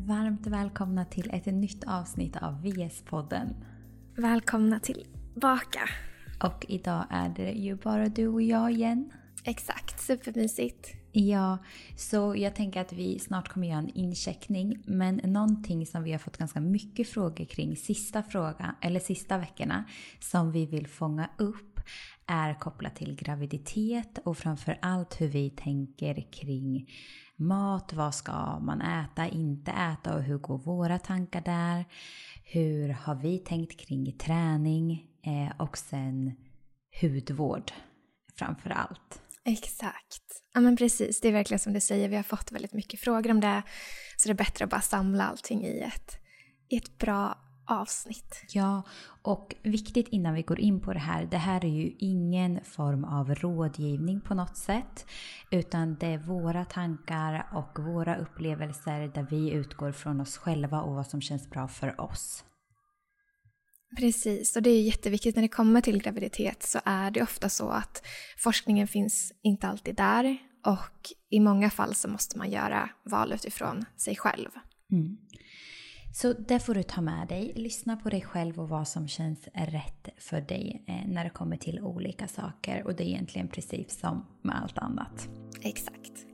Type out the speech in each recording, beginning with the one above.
Varmt välkomna till ett nytt avsnitt av VS-podden. Välkomna tillbaka. Och idag är det ju bara du och jag igen. Exakt, supermysigt. Ja, så jag tänker att vi snart kommer göra en incheckning. Men någonting som vi har fått ganska mycket frågor kring sista veckorna som vi vill fånga upp är kopplat till graviditet och framförallt hur vi tänker kring mat. Vad ska man äta, inte äta och hur går våra tankar där? Hur har vi tänkt kring träning och sen hudvård framförallt? Exakt. Ja men precis, det är verkligen som du säger. Vi har fått väldigt mycket frågor om det. Så det är bättre att bara samla allting i ett bra avsnitt. Ja, och viktigt innan vi går in på det här är ju ingen form av rådgivning på något sätt. Utan det är våra tankar och våra upplevelser där vi utgår från oss själva och vad som känns bra för oss. Precis, och det är jätteviktigt när det kommer till graviditet så är det ofta så att forskningen finns inte alltid där och i många fall så måste man göra val utifrån sig själv. Mm. Så det får du ta med dig, lyssna på dig själv och vad som känns rätt för dig när det kommer till olika saker och det är egentligen precis som med allt annat. Exakt.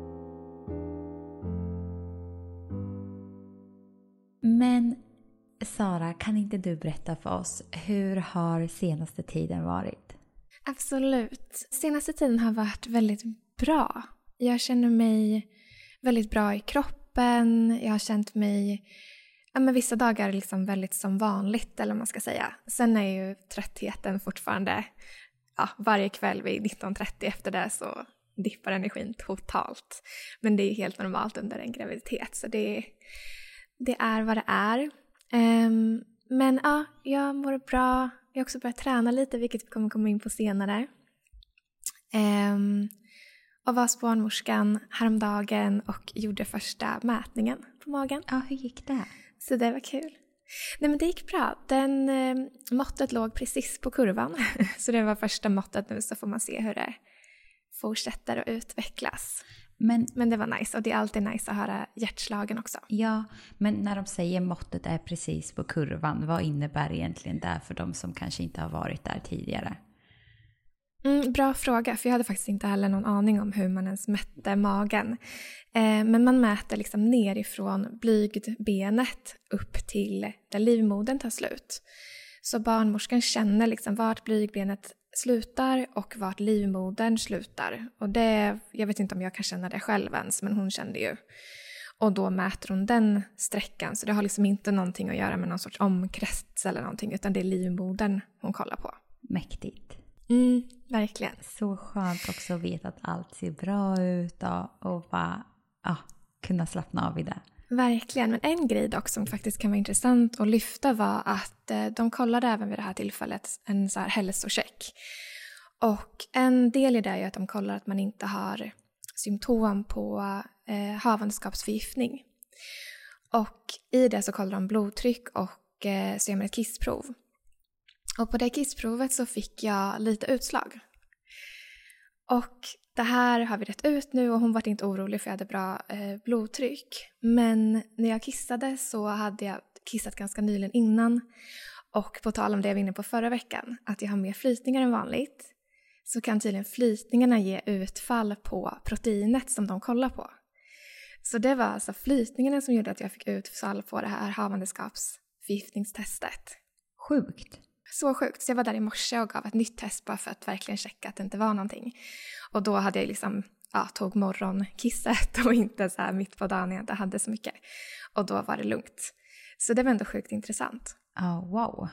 Men Sara, kan inte du berätta för oss, hur har senaste tiden varit? Absolut. Senaste tiden har varit väldigt bra. Jag känner mig väldigt bra i kroppen. Jag har känt mig vissa dagar liksom väldigt som vanligt, eller vad man ska säga. Sen är ju tröttheten fortfarande varje kväll vid 19.30 efter det så dippar energin totalt. Men det är helt normalt under en graviditet så det är vad det är. Men jag mår bra. Jag har också börjat träna lite, vilket vi kommer komma in på senare. Och var hos barnmorskan häromdagen och gjorde första mätningen på magen. Ja, hur gick det? Så det var kul. Nej men det gick bra. Måttet låg precis på kurvan. Så det var första måttet nu, så får man se hur det fortsätter att utvecklas. Men det var nice och det är alltid nice att höra hjärtslagen också. Ja, men när de säger måttet är precis på kurvan, vad innebär egentligen det för de som kanske inte har varit där tidigare? Bra fråga, för jag hade faktiskt inte heller någon aning om hur man ens mätte magen. Men man mäter liksom nerifrån blygdbenet upp till där livmodern tar slut. Så barnmorskan känner liksom vart blygbenet slutar och vart livmodern slutar. Och jag vet inte om jag kan känna det själv ens, men hon kände ju. Och då mäter hon den sträckan, så det har liksom inte någonting att göra med någon sorts omkrets eller någonting, utan det är livmodern hon kollar på. Mäktigt. Verkligen. Så skönt också att veta att allt ser bra ut och bara kunna slappna av i det. Verkligen, men en grej dock som faktiskt kan vara intressant att lyfta var att de kollade även vid det här tillfället en så här hälsocheck. Och en del i det är att de kollar att man inte har symptom på havandeskapsförgiftning. Och i det så kollar de blodtryck och så gör man ett kissprov. Och på det kissprovet så fick jag lite utslag. Och det här har vi rätt ut nu och hon var inte orolig för jag hade bra blodtryck. Men när jag kissade så hade jag kissat ganska nyligen innan. Och på tal om det jag var inne på förra veckan, att jag har mer flytningar än vanligt, så kan tydligen flytningarna ge utfall på proteinet som de kollar på. Så det var alltså flytningarna som gjorde att jag fick utfall på det här havandeskapsförgiftningstestet. Sjukt. Så sjukt. Så jag var där i morse och gav ett nytt test bara för att verkligen checka att det inte var någonting. Och då hade jag liksom, tog morgonkisset och inte så här mitt på dagen när jag inte hade så mycket. Och då var det lugnt. Så det var ändå sjukt intressant. Wow.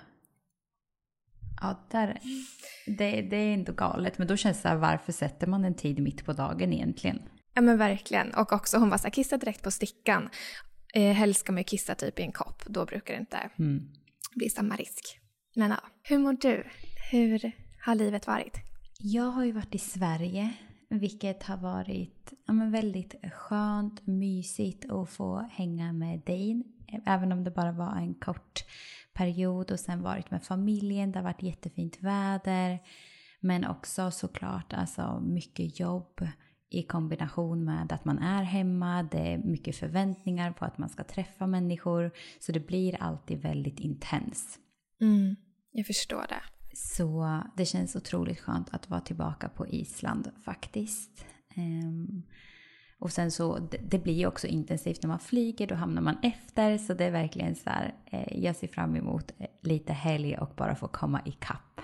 Ja, det är ändå galet. Men då känns det så här, varför sätter man en tid mitt på dagen egentligen? Ja men verkligen. Och också hon var så här, kissa direkt på stickan. Helst ska man ju kissa typ i en kopp. Då brukar det inte bli samma risk. Men hur mår du? Hur har livet varit? Jag har ju varit i Sverige, vilket har varit väldigt skönt, mysigt att få hänga med dig. Även om det bara var en kort period och sen varit med familjen. Det har varit jättefint väder. Men också såklart mycket jobb i kombination med att man är hemma. Det är mycket förväntningar på att man ska träffa människor. Så det blir alltid väldigt intens. Jag förstår det. Så det känns otroligt skönt att vara tillbaka på Island faktiskt. Och sen så, det blir ju också intensivt när man flyger, då hamnar man efter. Så det är verkligen så här, jag ser fram emot lite helg och bara få komma i kapp.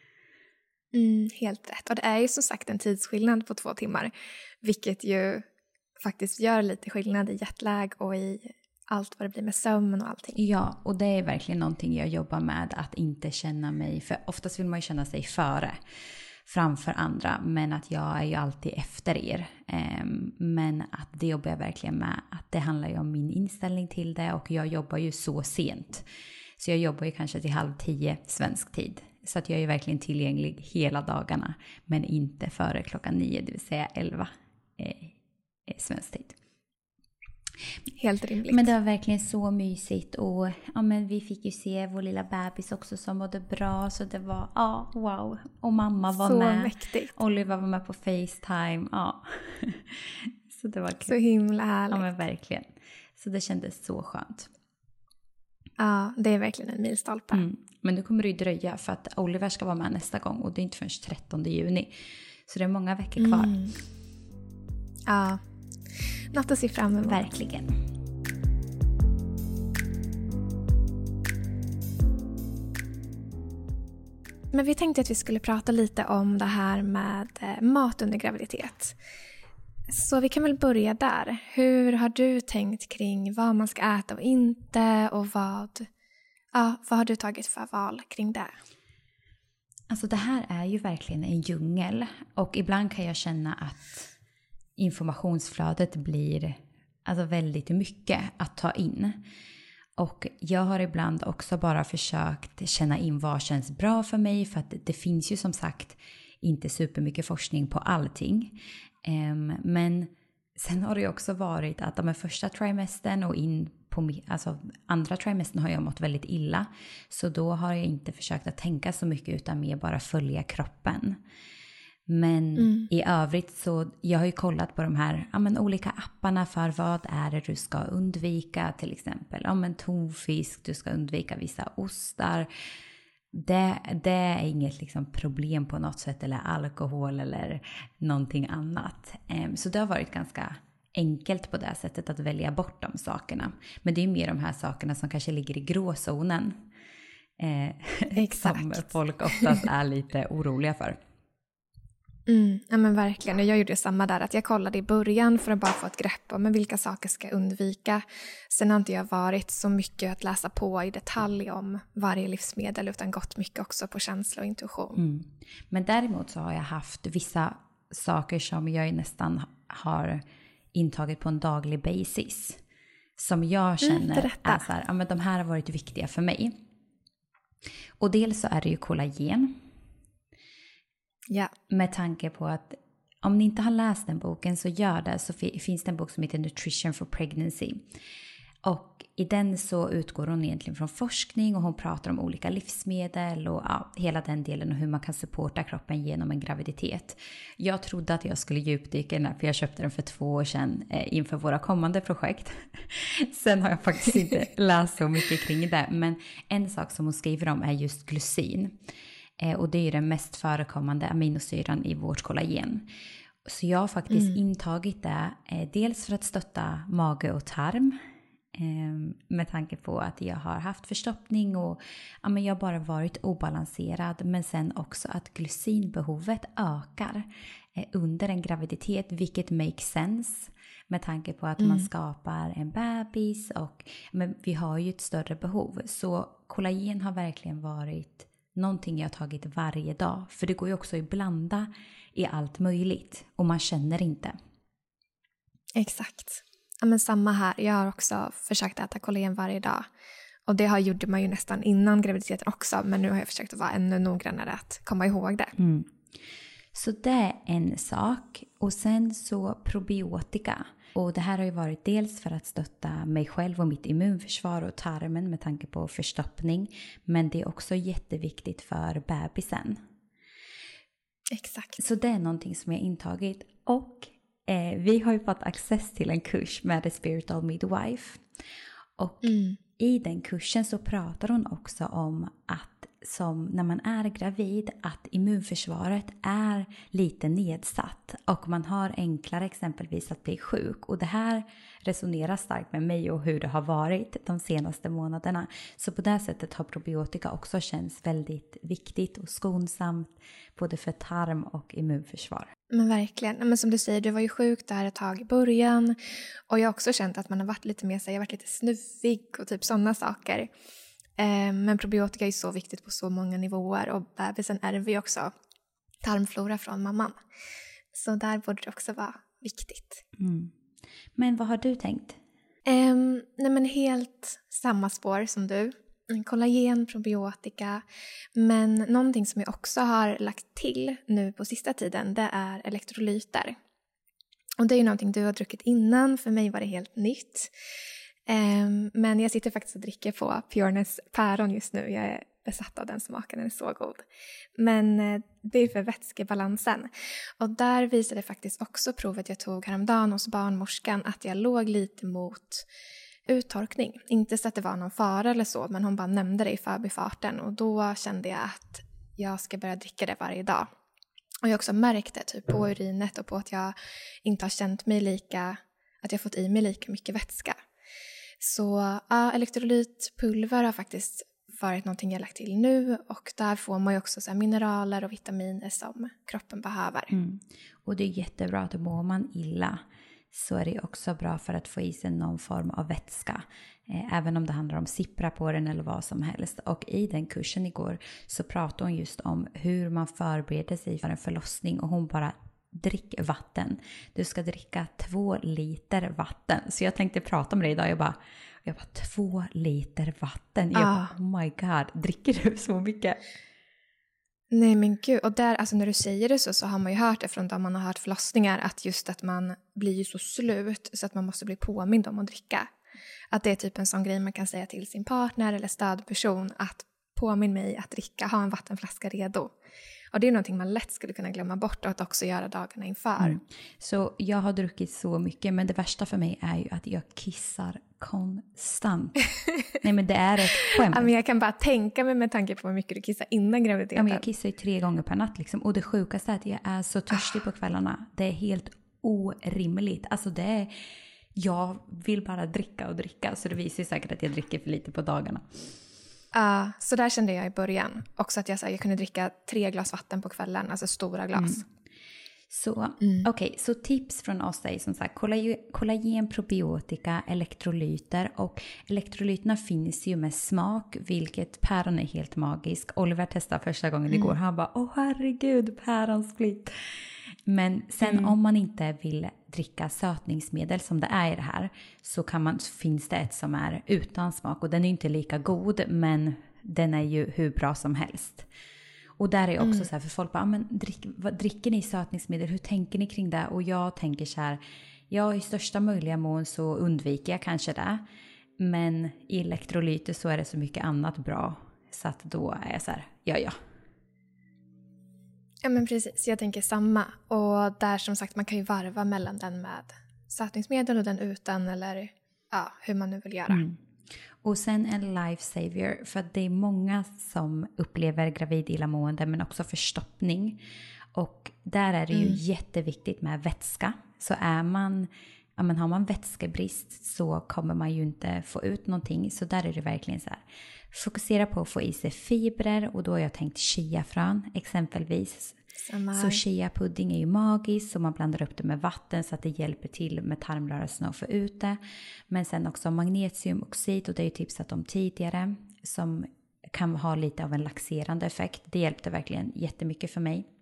Helt rätt. Och det är ju som sagt en tidsskillnad på 2 timmar. Vilket ju faktiskt gör lite skillnad i jetlag och i allt vad det blir med sömn och allting. Ja, och det är verkligen någonting jag jobbar med, att inte känna mig, för oftast vill man ju känna sig framför andra, men att jag är ju alltid efter er. Men att det jobbar jag verkligen med, att det handlar ju om min inställning till det, och jag jobbar ju så sent. Så jag jobbar ju kanske till 9:30 svensk tid. Så att jag är verkligen tillgänglig hela dagarna, men inte före 9, det vill säga 11 svensk tid. Helt rimligt. Men det var verkligen så mysigt, och ja, men vi fick ju se vår lilla bebis också som mådde bra, så det var wow. Och mamma var så med. Så mäktigt. Oliver var med på FaceTime. Ja. Så det var kul. Så himla härligt. Ja, men verkligen. Så det kändes så skönt. Ja, det är verkligen en milstolpe. Men nu kommer det ju dröja, för att Oliver ska vara med nästa gång, och det är inte förrän 13 juni. Så det är många veckor kvar. Ja, något att se fram emot. Verkligen. Men vi tänkte att vi skulle prata lite om det här med mat under graviditet. Så vi kan väl börja där. Hur har du tänkt kring vad man ska äta och inte, och vad har du tagit för val kring det? Alltså det här är ju verkligen en djungel, och ibland kan jag känna att informationsflödet blir alltså väldigt mycket att ta in. Och jag har ibland också bara försökt känna in vad känns bra för mig, för att det finns ju som sagt inte supermycket forskning på allting. Men sen har det ju också varit att de första trimestern och in på andra trimestern har jag mått väldigt illa. Så då har jag inte försökt att tänka så mycket, utan mer bara följa kroppen. Men i övrigt så, jag har ju kollat på de här olika apparna för vad är det du ska undvika, till exempel. Tonfisk, du ska undvika vissa ostar. Det är inget liksom problem på något sätt, eller alkohol eller någonting annat. Så det har varit ganska enkelt på det sättet att välja bort de sakerna. Men det är mer de här sakerna som kanske ligger i gråzonen. Som folk oftast är lite oroliga för. Ja men verkligen, jag gjorde samma där, att jag kollade i början för att bara få ett grepp om vilka saker ska jag undvika. Sen har inte jag varit så mycket att läsa på i detalj om varje livsmedel, utan gått mycket också på känsla och intuition. Men däremot så har jag haft vissa saker som jag nästan har intagit på en daglig basis, som jag känner är så här, men de här har varit viktiga för mig. Och dels så är det ju kollagen. Ja. Med tanke på att om ni inte har läst den boken så gör det, så finns det en bok som heter Nutrition for Pregnancy. Och i den så utgår hon egentligen från forskning, och hon pratar om olika livsmedel och hela den delen, och hur man kan supporta kroppen genom en graviditet. Jag trodde att jag skulle djupdyka i den här, för jag köpte den för 2 år sedan inför våra kommande projekt. Sen har jag faktiskt inte läst så mycket kring det, men en sak som hon skriver om är just glycin. Och det är ju den mest förekommande aminosyran i vårt kollagen. Så jag har faktiskt intagit det, dels för att stötta mage och tarm. Med tanke på att jag har haft förstoppning och jag har bara varit obalanserad. Men sen också att glycinbehovet ökar under en graviditet, vilket makes sense. Med tanke på att man skapar en bebis, och vi har ju ett större behov. Så kollagen har verkligen varit någonting jag har tagit varje dag. För det går ju också att blanda i allt möjligt. Och man känner inte. Exakt. Ja, men samma här. Jag har också försökt äta kollagen varje dag. Och det gjorde man ju nästan innan graviditeten också. Men nu har jag försökt att vara ännu noggrannare att komma ihåg det. Så det är en sak. Och sen så probiotika. Och det här har ju varit dels för att stötta mig själv och mitt immunförsvar och tarmen med tanke på förstoppning. Men det är också jätteviktigt för bebisen. Exakt. Så det är någonting som jag intagit. Och vi har ju fått access till en kurs med The Spiritual Midwife. Och i den kursen så pratar hon också om att som när man är gravid att immunförsvaret är lite nedsatt och man har enklare exempelvis att bli sjuk. Och det här resonerar starkt med mig och hur det har varit de senaste månaderna. Så på det sättet har probiotika också känts väldigt viktigt och skonsamt både för tarm och immunförsvar. Men verkligen. Men som du säger, du var ju sjuk där ett tag i början. Och jag har också känt att man har varit lite mer så jag har varit lite snuvig och typ sådana saker. Men probiotika är så viktigt på så många nivåer. Och bebisen ärver ju också tarmflora från mamman. Så där borde det också vara viktigt. Men vad har du tänkt? Nej men helt samma spår som du. Kollagen, probiotika. Men någonting som jag också har lagt till nu på sista tiden, det är elektrolyter. Och det är ju någonting du har druckit innan, för mig var det helt nytt. Men jag sitter faktiskt och dricker på Pureness päron just nu. Jag är besatt av den smaken, den är så god. Men det är för vätskebalansen. Och där visade faktiskt också provet jag tog häromdagen hos barnmorskan att jag låg lite mot uttorkning. Inte så att det var någon fara eller så, men hon bara nämnde det i förbifarten. Och då kände jag att jag ska börja dricka det varje dag. Och jag har också märkt det typ på urinet och på att jag inte har känt mig lika, att jag fått i mig lika mycket vätska. Så elektrolytpulver har faktiskt varit någonting jag lagt till nu. Och där får man ju också så här mineraler och vitaminer som kroppen behöver. Och det är jättebra att mår man illa så är det också bra för att få i sig någon form av vätska. Även om det handlar om sippra på den eller vad som helst. Och i den kursen igår så pratade hon just om hur man förbereder sig för en förlossning. Och hon bara, drick vatten. Du ska dricka 2 liter vatten. Så jag tänkte prata med dig idag. Jag bara 2 liter vatten. Jag bara, oh my god, dricker du så mycket? Nej men gud, och där, alltså när du säger det så har man ju hört det från de man har hört förlossningar, att just att man blir ju så slut så att man måste bli påmind om att dricka. Att det är typ en sån grej man kan säga till sin partner eller stödperson, att påminn mig att dricka, ha en vattenflaska redo. Och det är någonting man lätt skulle kunna glömma bort och att också göra dagarna inför. Så jag har druckit så mycket, men det värsta för mig är ju att jag kissar konstant. Nej men det är ett skämt. Ja, men jag kan bara tänka mig med tanke på hur mycket du kissar innan graviditeten. Ja, men jag kissar ju 3 gånger per natt liksom. Och det sjukaste är att jag är så törstig på kvällarna. Det är helt orimligt. Alltså det är... Jag vill bara dricka och dricka. Så det visar ju säkert att jag dricker för lite på dagarna. Så där kände jag i början. Också att jag kunde dricka 3 glas vatten på kvällen. Alltså stora glas. Så okej, så tips från oss är som sagt kollagen, probiotika, elektrolyter. Och elektrolyterna finns ju med smak, vilket päron är helt magisk. Oliver testade första gången igår. Han bara, åh herregud, päronsplitt. Men sen om man inte vill dricka sötningsmedel som det är i det här, så finns det ett som är utan smak. Och den är inte lika god, men den är ju hur bra som helst. Och där är också så här, för folk bara, men dricker ni sötningsmedel? Hur tänker ni kring det? Och jag tänker så här, ja i största möjliga mån så undviker jag kanske det. Men i elektrolyter så är det så mycket annat bra. Så att då är jag så här, ja. Ja men precis, jag tänker samma. Och där som sagt man kan ju varva mellan den med sötningsmedel och den utan, eller hur man nu vill göra. Och sen en lifesaver, för att det är många som upplever gravid illamående men också förstoppning. Och där är det ju jätteviktigt med vätska. Så har man vätskebrist så kommer man ju inte få ut någonting. Så där är det verkligen så här. Fokusera på att få i sig fibrer, och då har jag tänkt chiafrön exempelvis. Så chia-pudding är ju magiskt, så man blandar upp det med vatten så att det hjälper till med tarmrörelsen att få ut det. Men sen också magnesiumoxid, och det är ju tipsat om tidigare, som kan ha lite av en laxerande effekt. Det hjälpte verkligen jättemycket för mig.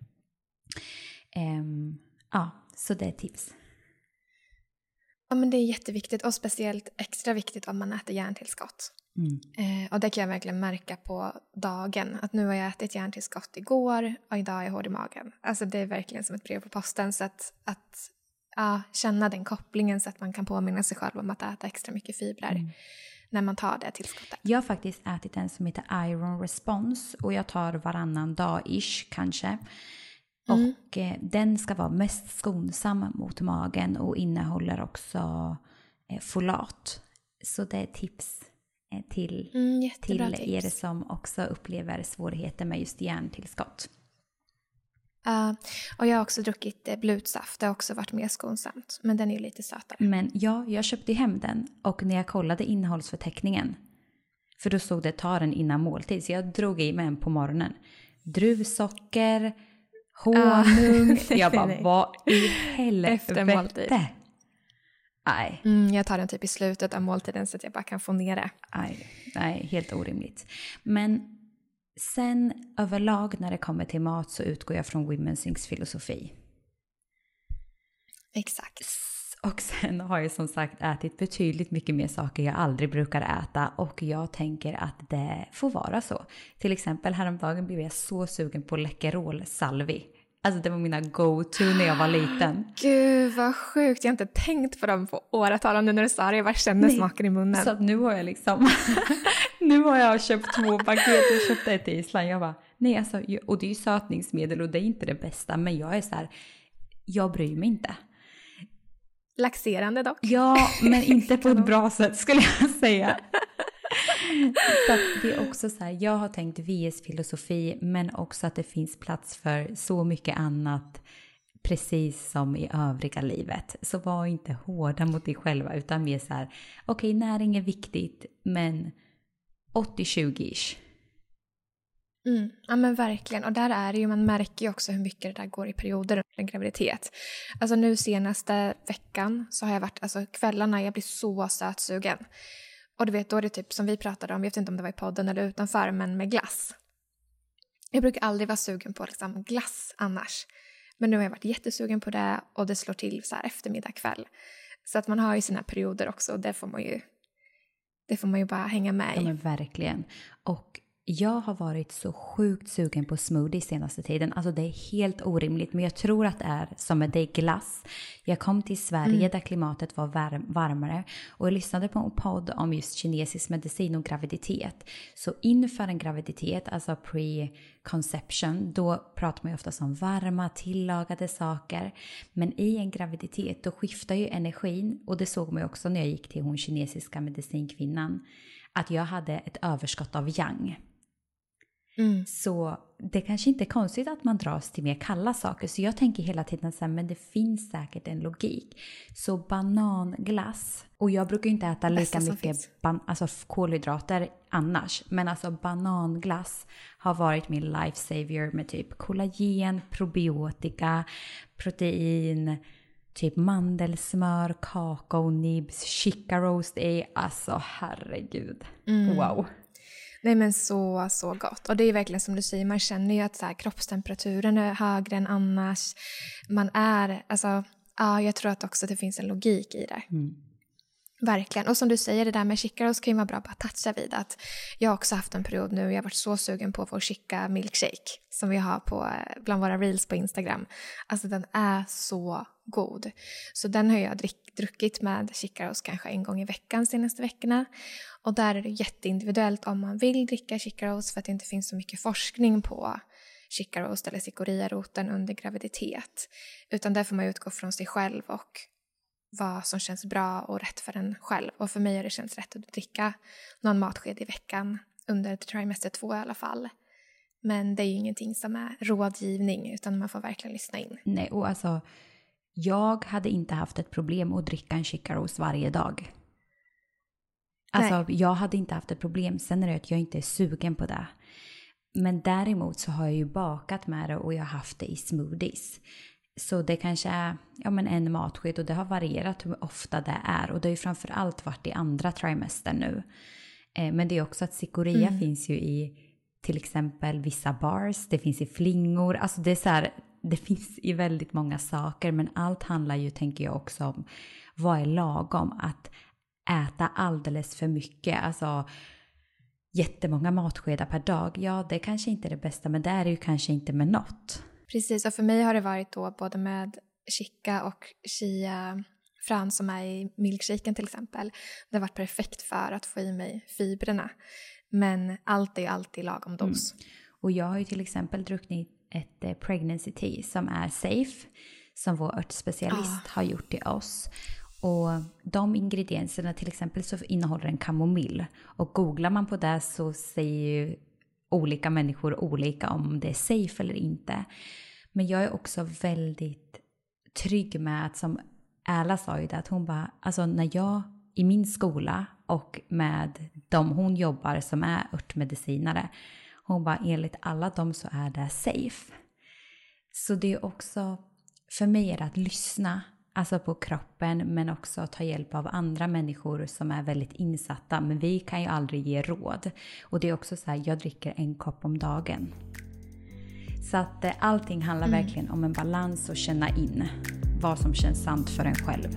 Så det är tips. Ja men det är jätteviktigt, och speciellt extra viktigt om man äter järntillskott. Och det kan jag verkligen märka på dagen. Att nu har jag ätit järntillskott igår och idag är jag hård i magen. Alltså det är verkligen som ett brev på posten. Så att känna den kopplingen så att man kan påminna sig själv om att äta extra mycket fibrer när man tar det tillskottet. Jag har faktiskt ätit en som heter Iron Response, och jag tar varannan dag-ish kanske. Och den ska vara mest skonsam mot magen och innehåller också folat. Så det är tips till er som också upplever svårigheter med just järntillskott. Och jag har också druckit blutsaft. Det har också varit mer skonsamt. Men den är ju lite sötare. Men ja, jag köpte hem den. Och när jag kollade innehållsförteckningen. För då stod det ta den innan måltid. Så jag drog i mig en på morgonen. Druvsocker, honung. Jag bara, vad i helvete? Efter måltid. Nej. Jag tar den typ i slutet av måltiden så att jag bara kan få ner det. Nej, helt orimligt. Men sen överlag när det kommer till mat så utgår jag från Women's Inc. filosofi. Exakt. Och sen har jag som sagt ätit betydligt mycket mer saker jag aldrig brukar äta. Och jag tänker att det får vara så. Till exempel häromdagen blev jag så sugen på Läkerol salvi. Alltså det var mina go-to när jag var liten. Gud vad sjukt, jag har inte tänkt på dem på åratal. Nu när du sa det, jag bara kände smaken i munnen. Så att nu har jag liksom, nu har jag köpt 2 paket och köpt ett i Island. Jag bara, nej alltså, och det är ju sötningsmedel och det är inte det bästa. Men jag är så här, jag bryr mig inte. Laxerande dock. Ja, men inte på ett bra sätt skulle jag säga. Så att det är också så här, jag har tänkt VS-filosofi men också att det finns plats för så mycket annat precis som i övriga livet. Så var inte hårda mot dig själva utan mer så här, okej, näring är viktigt men 80-20-ish. Ja men verkligen, och där är det ju, man märker ju också hur mycket det där går i perioder under en graviditet. Alltså nu senaste veckan så har jag varit, alltså kvällarna jag blir så sötsugen. Och du vet, då är det typ som vi pratade om, jag vet inte om det var i podden eller utanför, men med glass. Jag brukar aldrig vara sugen på liksom glass annars. Men nu har jag varit jättesugen på det och det slår till så här eftermiddag kväll. Så att man har ju sina perioder också och det får man ju bara hänga med i. Ja men verkligen. Och jag har varit så sjukt sugen på smoothie senaste tiden. Alltså det är helt orimligt. Men jag tror att det är som med dig glass. Jag kom till Sverige där klimatet var varmare. Och jag lyssnade på en podd om just kinesisk medicin och graviditet. Så inför en graviditet, alltså pre-conception, då pratar man ju ofta om varma, tillagade saker. Men i en graviditet då skiftar ju energin. Och det såg man ju också när jag gick till hon kinesiska medicinkvinnan. Att jag hade ett överskott av yang. Så det kanske inte är konstigt att man dras till mer kalla saker. Så jag tänker hela tiden så här, men det finns säkert en logik. Så bananglass. Och jag brukar inte äta lika mycket alltså kolhydrater annars. Men alltså bananglass har varit min lifesaver med typ kollagen, probiotika, protein, typ mandelsmör, kakao, nibs, chica roast är alltså herregud. Wow. Nej men så gott. Och det är verkligen som du säger, man känner ju att så här, kroppstemperaturen är högre än annars. Man är, alltså, ja jag tror att också det finns en logik i det. Verkligen. Och som du säger, det där med chica roast kan ju vara bra att toucha vid. Att jag har också haft en period nu, jag har varit så sugen på vår chica milkshake som vi har på, bland våra reels på Instagram. Alltså den är så god. Så den har jag druckit med chica roast kanske en gång i veckan senaste veckorna. Och där är det jätteindividuellt om man vill dricka chica roast för att det inte finns så mycket forskning på chica roast eller cicoria-roten under graviditet. Utan där får man utgå från sig själv och vad som känns bra och rätt för en själv. Och för mig har det känts rätt att dricka någon matsked i veckan under trimester 2 i alla fall. Men det är ju ingenting som är rådgivning utan man får verkligen lyssna in. Nej, och alltså jag hade inte haft ett problem att dricka en chica roast varje dag. Alltså jag hade inte haft ett problem. Sen är det att jag inte är sugen på det. Men däremot så har jag ju bakat med det och jag har haft det i smoothies. Så det kanske är en matsked och det har varierat hur ofta det är. Och det har ju framförallt varit i andra trimester nu. Men det är också att cicoria finns ju i till exempel vissa bars. Det finns i flingor. Alltså det är så här, det finns i väldigt många saker. Men allt handlar ju, tänker jag också, om vad är lagom. Att äta alldeles för mycket. Alltså jättemånga matskedar per dag. Ja, det kanske inte är det bästa. Men det är det ju kanske inte med något. Precis, och för mig har det varit då både med chica och chia-frön som är i milkshaken till exempel. Det har varit perfekt för att få i mig fibrerna. Men allt är alltid lagom dos. Och jag har ju till exempel ett pregnancy tea som är safe, som vår örtspecialist har gjort till oss. Och de ingredienserna, till exempel så innehåller en kamomill. Och googlar man på det så säger ju olika människor olika om det är safe eller inte. Men jag är också väldigt trygg med att, som Äla sa ju det, att hon bara, alltså när jag i min skola och med de hon jobbar som är örtmedicinare, hon bara, enligt alla dem så är det safe. Så det är också, för mig är det att lyssna, alltså på kroppen, men också ta hjälp av andra människor som är väldigt insatta. Men vi kan ju aldrig ge råd. Och det är också så här, jag dricker 1 kopp om dagen. Så att allting handlar verkligen om en balans och känna in vad som känns sant för en själv.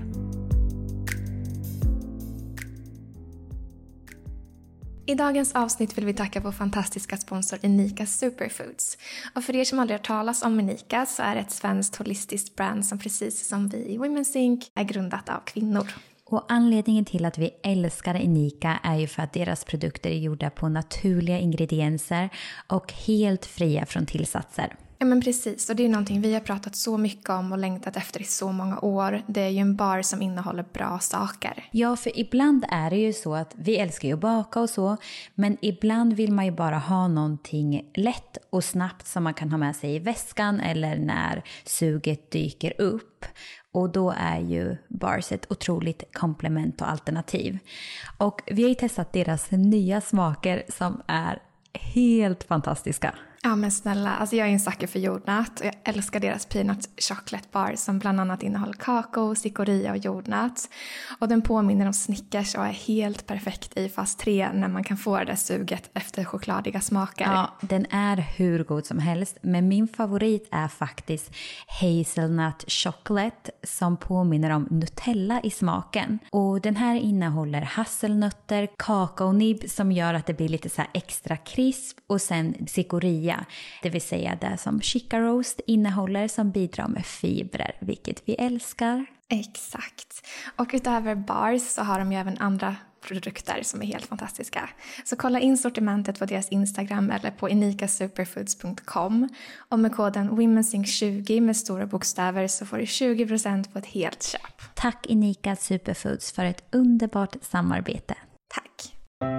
I dagens avsnitt vill vi tacka vår fantastiska sponsor Inika Superfoods. Och för er som aldrig har talas om Inika så är det ett svenskt holistiskt brand som precis som vi i Women's Inc. är grundat av kvinnor. Och anledningen till att vi älskar Inika är ju för att deras produkter är gjorda på naturliga ingredienser och helt fria från tillsatser. Ja men precis, och det är någonting vi har pratat så mycket om och längtat efter i så många år. Det är ju en bar som innehåller bra saker. Ja, för ibland är det ju så att vi älskar ju att baka och så, men ibland vill man ju bara ha någonting lätt och snabbt som man kan ha med sig i väskan eller när suget dyker upp. Och då är ju bars ett otroligt komplement och alternativ. Och vi har ju testat deras nya smaker som är helt fantastiska. Ja men snälla, alltså jag är en sucker för jordnöt och jag älskar deras peanut chocolate bar som bland annat innehåller kakao, cikoria och jordnöt. Och den påminner om Snickers och är helt perfekt i fas 3 när man kan få det där suget efter chokladiga smaker. Ja, den är hur god som helst, men min favorit är faktiskt hazelnut chocolate som påminner om Nutella i smaken. Och den här innehåller hasselnötter, kakaonibb som gör att det blir lite så här extra krisp och sen cikoria. Det vill säga det som chica roast innehåller som bidrar med fibrer, vilket vi älskar. Exakt. Och utöver bars så har de ju även andra produkter som är helt fantastiska. Så kolla in sortimentet på deras Instagram eller på inikasuperfoods.com. Och med koden WomenSync20 med stora bokstäver så får du 20% på ett helt köp. Tack Inika Superfoods för ett underbart samarbete. Tack.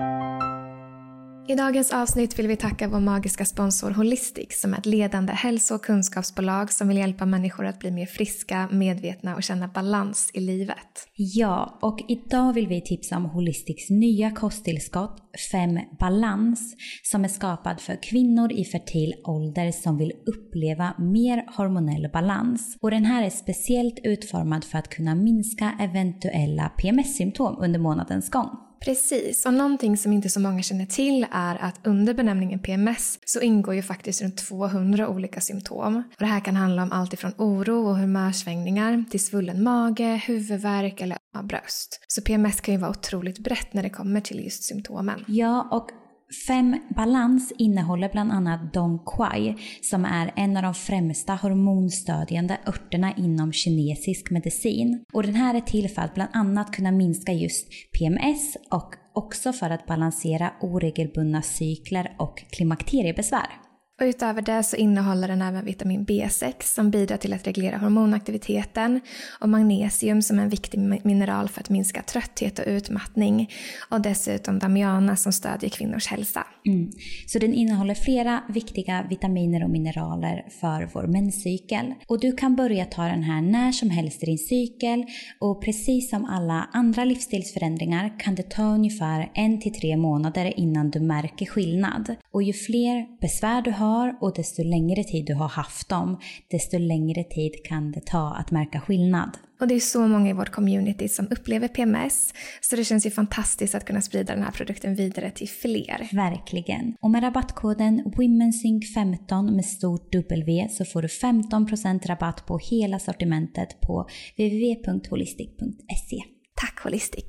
I dagens avsnitt vill vi tacka vår magiska sponsor Holistic som är ett ledande hälso- och kunskapsbolag som vill hjälpa människor att bli mer friska, medvetna och känna balans i livet. Ja, och idag vill vi tipsa om Holistics nya kosttillskott 5 Balans som är skapad för kvinnor i fertil ålder som vill uppleva mer hormonell balans. Och den här är speciellt utformad för att kunna minska eventuella PMS-symptom under månadens gång. Precis, och någonting som inte så många känner till är att under benämningen PMS så ingår ju faktiskt runt 200 olika symptom. Och det här kan handla om allt ifrån oro och humörsvängningar till svullen mage, huvudvärk eller bröst. Så PMS kan ju vara otroligt brett när det kommer till just symptomen. Ja, och 5 Balans innehåller bland annat Dong Quai som är en av de främsta hormonstödjande örterna inom kinesisk medicin. Och den här är till för att bland annat kunna minska just PMS och också för att balansera oregelbundna cykler och klimakteriebesvär. Och utöver det så innehåller den även vitamin B6 som bidrar till att reglera hormonaktiviteten och magnesium som är en viktig mineral för att minska trötthet och utmattning och dessutom damiana som stödjer kvinnors hälsa. Så den innehåller flera viktiga vitaminer och mineraler för vår menscykel. Och du kan börja ta den här när som helst i din cykel och precis som alla andra livsstilsförändringar kan det ta ungefär 1 till 3 månader innan du märker skillnad. Och ju fler besvär du har och desto längre tid du har haft dem, desto längre tid kan det ta att märka skillnad. Och det är så många i vårt community som upplever PMS, så det känns ju fantastiskt att kunna sprida den här produkten vidare till fler. Verkligen. Och med rabattkoden WomenSync15 med stort W så får du 15% rabatt på hela sortimentet på www.holistic.se. Tack Holistic!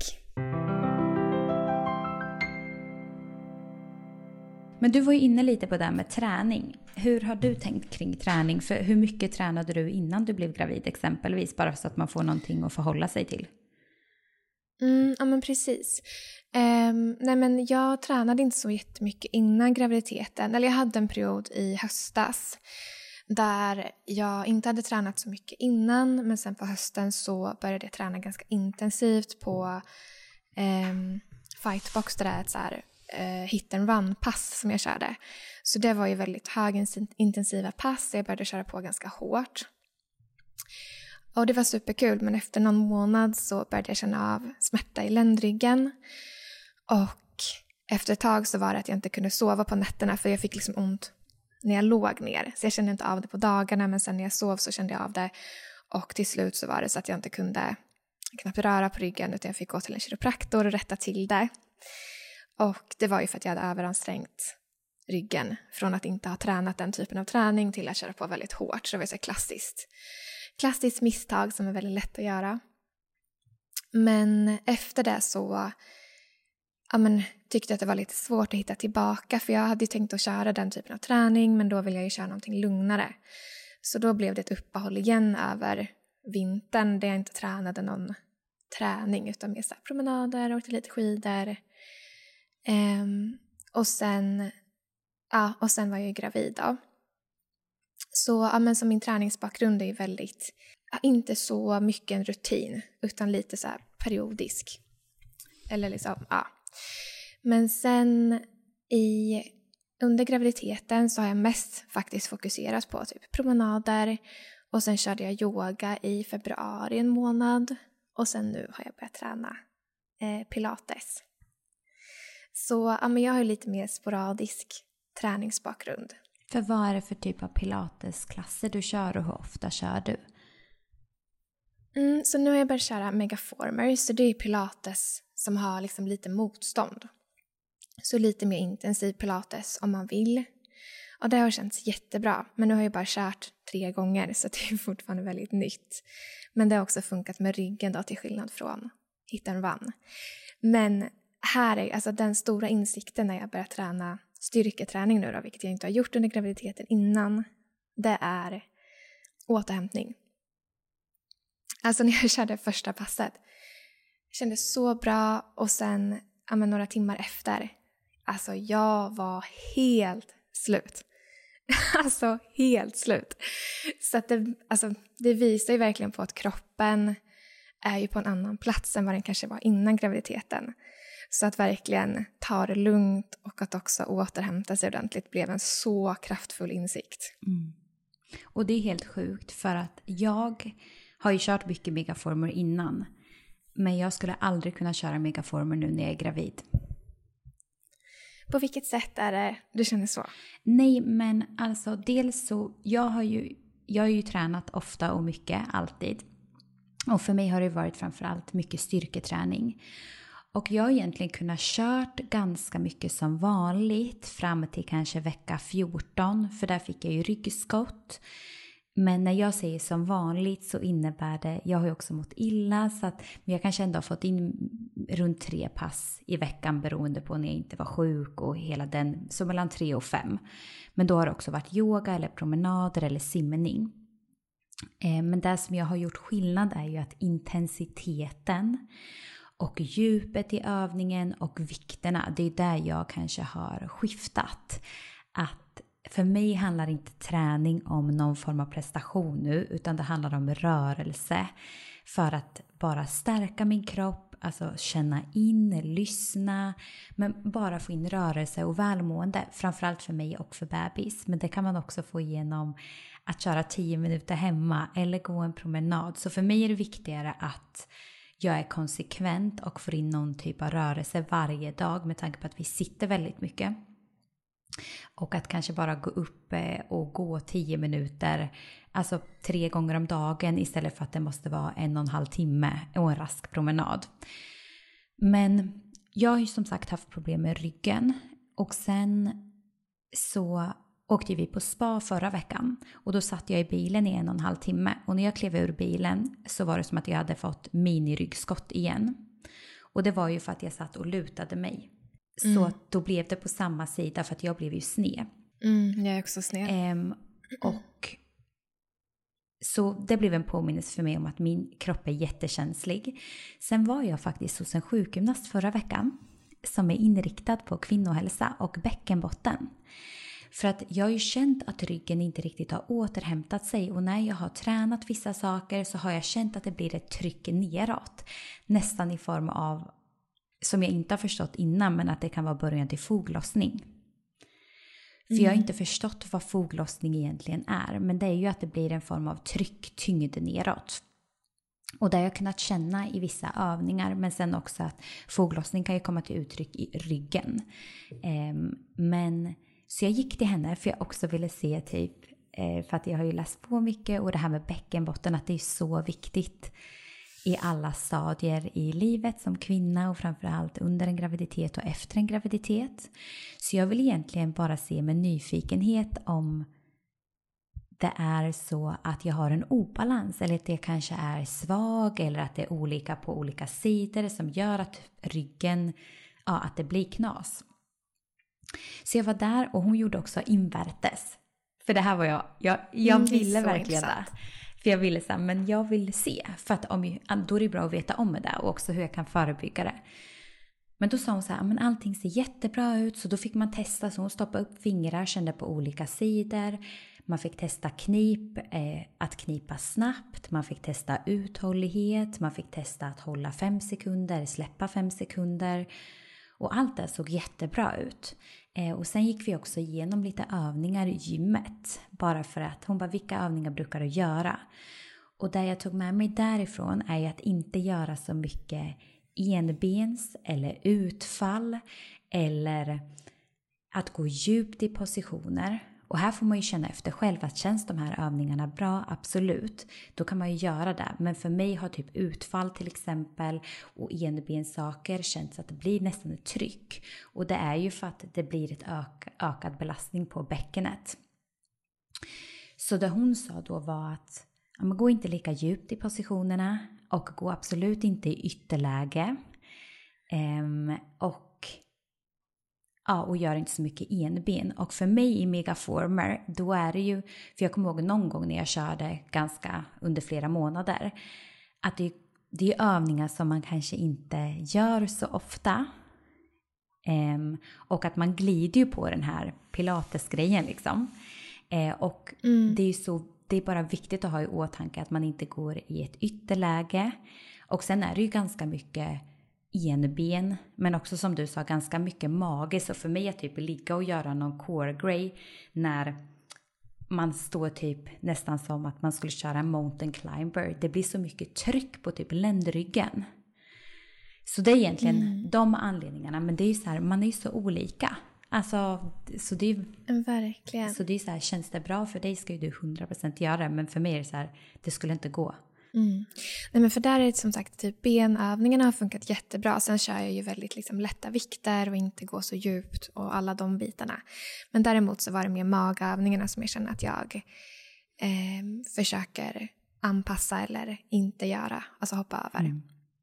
Men du var ju inne lite på det här med träning. Hur har du tänkt kring träning? För hur mycket tränade du innan du blev gravid exempelvis? Bara så att man får någonting att förhålla sig till. Ja men precis. Nej men jag tränade inte så jättemycket innan graviditeten. Eller jag hade en period i höstas. Där jag inte hade tränat så mycket innan, men sen på hösten så började jag träna ganska intensivt på Fightbox, där det är ett så här hit and run-pass som jag körde. Så det var ju väldigt högintensiva pass, så jag började köra på ganska hårt. Och det var superkul, men efter någon månad så började jag känna av smärta i ländryggen. Och efter ett tag så var det att jag inte kunde sova på nätterna, för jag fick liksom ont när jag låg ner. Så jag kände inte av det på dagarna, men sen när jag sov så kände jag av det. Och till slut så var det så att jag inte kunde knappt röra på ryggen, utan jag fick gå till en kiropraktor och rätta till det. Och det var ju för att jag hade överansträngt ryggen från att inte ha tränat den typen av träning till att köra på väldigt hårt. Så det var så klassiskt misstag som är väldigt lätt att göra. Men efter det så tyckte jag att det var lite svårt att hitta tillbaka, för jag hade ju tänkt att köra den typen av träning, men då ville jag ju köra någonting lugnare. Så då blev det ett uppehåll igen över vintern där jag inte tränade någon träning utan mer så här promenader, åkte lite skidor. Och sen var jag ju gravid då. Så min träningsbakgrund är ju väldigt, inte så mycket en rutin utan lite så här periodisk. Eller liksom, Men sen under graviditeten så har jag mest faktiskt fokuserat på typ promenader. Och sen körde jag yoga i februari en månad. Och sen nu har jag börjat träna pilates. Så jag har lite mer sporadisk träningsbakgrund. För vad är det för typ av pilatesklasser du kör och hur ofta kör du? Så nu har jag börjat köra Megaformer, så det är pilates som har liksom lite motstånd. Så lite mer intensiv pilates om man vill. Och det har känts jättebra, men nu har jag bara kört 3 gånger så det är fortfarande väldigt nytt. Men det har också funkat med ryggen då, till skillnad från hit and run. Men här är alltså den stora insikten när jag börjar träna styrketräning nu då, vilket jag inte har gjort under graviditeten innan, det är återhämtning. Alltså när jag körde första passet, jag kände så bra, och sen några timmar efter, alltså jag var helt slut. Alltså helt slut. Så att det visar ju verkligen på att kroppen är ju på en annan plats än vad den kanske var innan graviditeten. Så att verkligen ta det lugnt och att också återhämta sig ordentligt blev en så kraftfull insikt. Mm. Och det är helt sjukt, för att jag har ju kört mycket Megaformer innan. Men jag skulle aldrig kunna köra Megaformer nu när jag är gravid. På vilket sätt är det du känner så? Nej, men alltså dels så, jag har ju tränat ofta och mycket, alltid. Och för mig har det varit framförallt mycket styrketräning. Och jag har egentligen kunnat kört ganska mycket som vanligt fram till kanske vecka 14. För där fick jag ju ryggskott. Men när jag säger som vanligt så innebär det, jag har ju också mått illa, så att jag kanske ändå har fått in runt 3 pass i veckan beroende på när jag inte var sjuk och hela den, så mellan 3 och 5. Men då har det också varit yoga eller promenader eller simning. Men det som jag har gjort skillnad är ju att intensiteten och djupet i övningen och vikterna, det är där jag kanske har skiftat. Att för mig handlar inte träning om någon form av prestation nu, utan det handlar om rörelse. För att bara stärka min kropp, alltså känna in, lyssna, men bara få in rörelse och välmående. Framförallt för mig och för bebis. Men det kan man också få igenom att köra 10 minuter hemma eller gå en promenad. Så för mig är det viktigare att jag är konsekvent och får in någon typ av rörelse varje dag, med tanke på att vi sitter väldigt mycket. Och att kanske bara gå upp och gå 10 minuter, alltså 3 gånger om dagen, istället för att det måste vara 1,5 timme och en rask promenad. Men jag har ju som sagt haft problem med ryggen, och sen så åkte vi på spa förra veckan, och då satt jag i bilen i 1,5 timme, och när jag klev ur bilen så var det som att jag hade fått miniryggskott igen. Och det var ju för att jag satt och lutade mig. Så då blev det på samma sida, för att jag blev ju sned. Jag är också sned. Och så det blev en påminnelse för mig om att min kropp är jättekänslig. Sen var jag faktiskt hos en sjukgymnast förra veckan som är inriktad på kvinnohälsa och bäckenbotten. För att jag har ju känt att ryggen inte riktigt har återhämtat sig. Och när jag har tränat vissa saker så har jag känt att det blir ett tryck neråt. Nästan i form av, som jag inte har förstått innan, men att det kan vara början till foglossning. För jag har inte förstått vad foglossning egentligen är. Men det är ju att det blir en form av tryck, tyngd neråt. Och det har jag kunnat känna i vissa övningar. Men sen också att foglossning kan ju komma till uttryck i ryggen. Så jag gick till henne för jag också ville se typ. För att jag har ju läst på mycket. Och det här med bäckenbotten, att det är så viktigt i alla stadier i livet som kvinna. Och framförallt under en graviditet och efter en graviditet. Så jag vill egentligen bara se med nyfikenhet om det är så att jag har en obalans. Eller att det kanske är svag. Eller att det är olika på olika sidor som gör att ryggen, ja, att det blir knas. Så jag var där och hon gjorde också invärtes. För det här var jag ville verkligen det. För jag ville säga, men jag vill se. För att då är det bra att veta om det och också hur jag kan förebygga det. Men då sa hon så här, men allting ser jättebra ut. Så då fick man testa, så hon stoppade upp fingrar, kände på olika sidor. Man fick testa knip, att knipa snabbt. Man fick testa uthållighet. Man fick testa att hålla 5 sekunder, släppa 5 sekunder. Och allt det såg jättebra ut. Och sen gick vi också igenom lite övningar i gymmet. Bara för att hon bara, vilka övningar brukar du göra? Och det jag tog med mig därifrån är ju att inte göra så mycket enbens eller utfall. Eller att gå djupt i positioner. Och här får man ju känna efter själv att känns de här övningarna bra, absolut. Då kan man ju göra det. Men för mig har typ utfall till exempel och enbenssaker känts att det blir nästan ett tryck. Och det är ju för att det blir ett ökad belastning på bäckenet. Så det hon sa då var att gå inte lika djupt i positionerna och gå absolut inte i ytterläge. Och gör inte så mycket enben. Och för mig i Megaformer, då är det ju, för jag kommer ihåg någon gång när jag körde ganska under flera månader, att det är övningar som man kanske inte gör så ofta. Och att man glider ju på den här pilatesgrejen liksom. Det är bara viktigt att ha i åtanke att man inte går i ett ytterläge. Och sen är det ju ganska mycket enben, men också som du sa ganska mycket mage. Så för mig att typ ligga och göra någon core grej när man står typ nästan som att man skulle köra en mountain climber. Det blir så mycket tryck på typ ländryggen. Så det är egentligen de anledningarna. Men det är ju så här, man är ju så olika. Alltså, så det är verkligen. Så det är så här, känns det bra för dig ska ju du 100% göra. Men för mig är det så här, det skulle inte gå. Nej, men för där är det som sagt typ benövningarna har funkat jättebra. Sen kör jag ju väldigt liksom lätta vikter och inte gå så djupt och alla de bitarna. Men däremot så var det mer magövningarna som jag känner att jag försöker anpassa eller inte göra. Alltså hoppa över.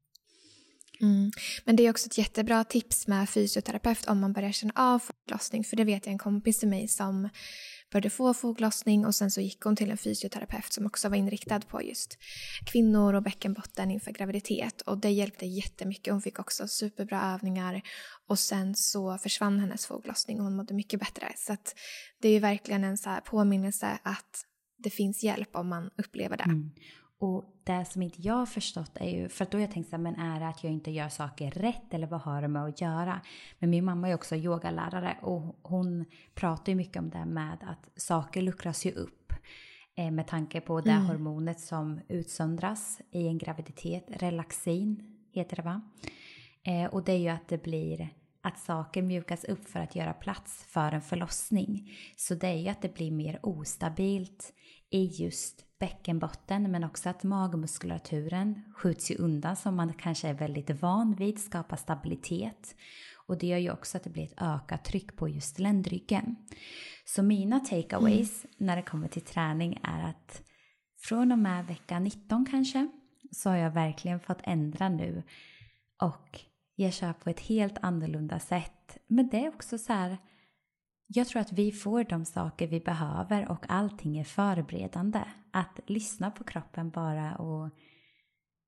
Men det är också ett jättebra tips med fysioterapeut om man börjar känna av foglossning. För det vet jag en kompis till mig som började få foglossning och sen så gick hon till en fysioterapeut som också var inriktad på just kvinnor och bäckenbotten inför graviditet. Och det hjälpte jättemycket. Hon fick också superbra övningar och sen så försvann hennes foglossning och hon mådde mycket bättre. Så att det är ju verkligen en så här påminnelse att det finns hjälp om man upplever det. Och det som inte jag har förstått är ju, för att då har jag tänkt så här, men är det att jag inte gör saker rätt eller vad har det med att göra? Men min mamma är också yogalärare och hon pratar ju mycket om det med att saker luckras ju upp. Med tanke på det hormonet som utsöndras i en graviditet, relaxin heter det va? Och det är ju att det blir att saker mjukas upp för att göra plats för en förlossning. Så det är ju att det blir mer ostabilt i just bäckenbotten, men också att magmuskulaturen skjuts ju undan som man kanske är väldigt van vid, skapar stabilitet. Och det gör ju också att det blir ett ökat tryck på just ländryggen. Så mina takeaways när det kommer till träning är att från och med vecka 19 kanske så har jag verkligen fått ändra nu. Och jag kör på ett helt annorlunda sätt. Men det är också så här, jag tror att vi får de saker vi behöver och allting är förberedande. Att lyssna på kroppen bara och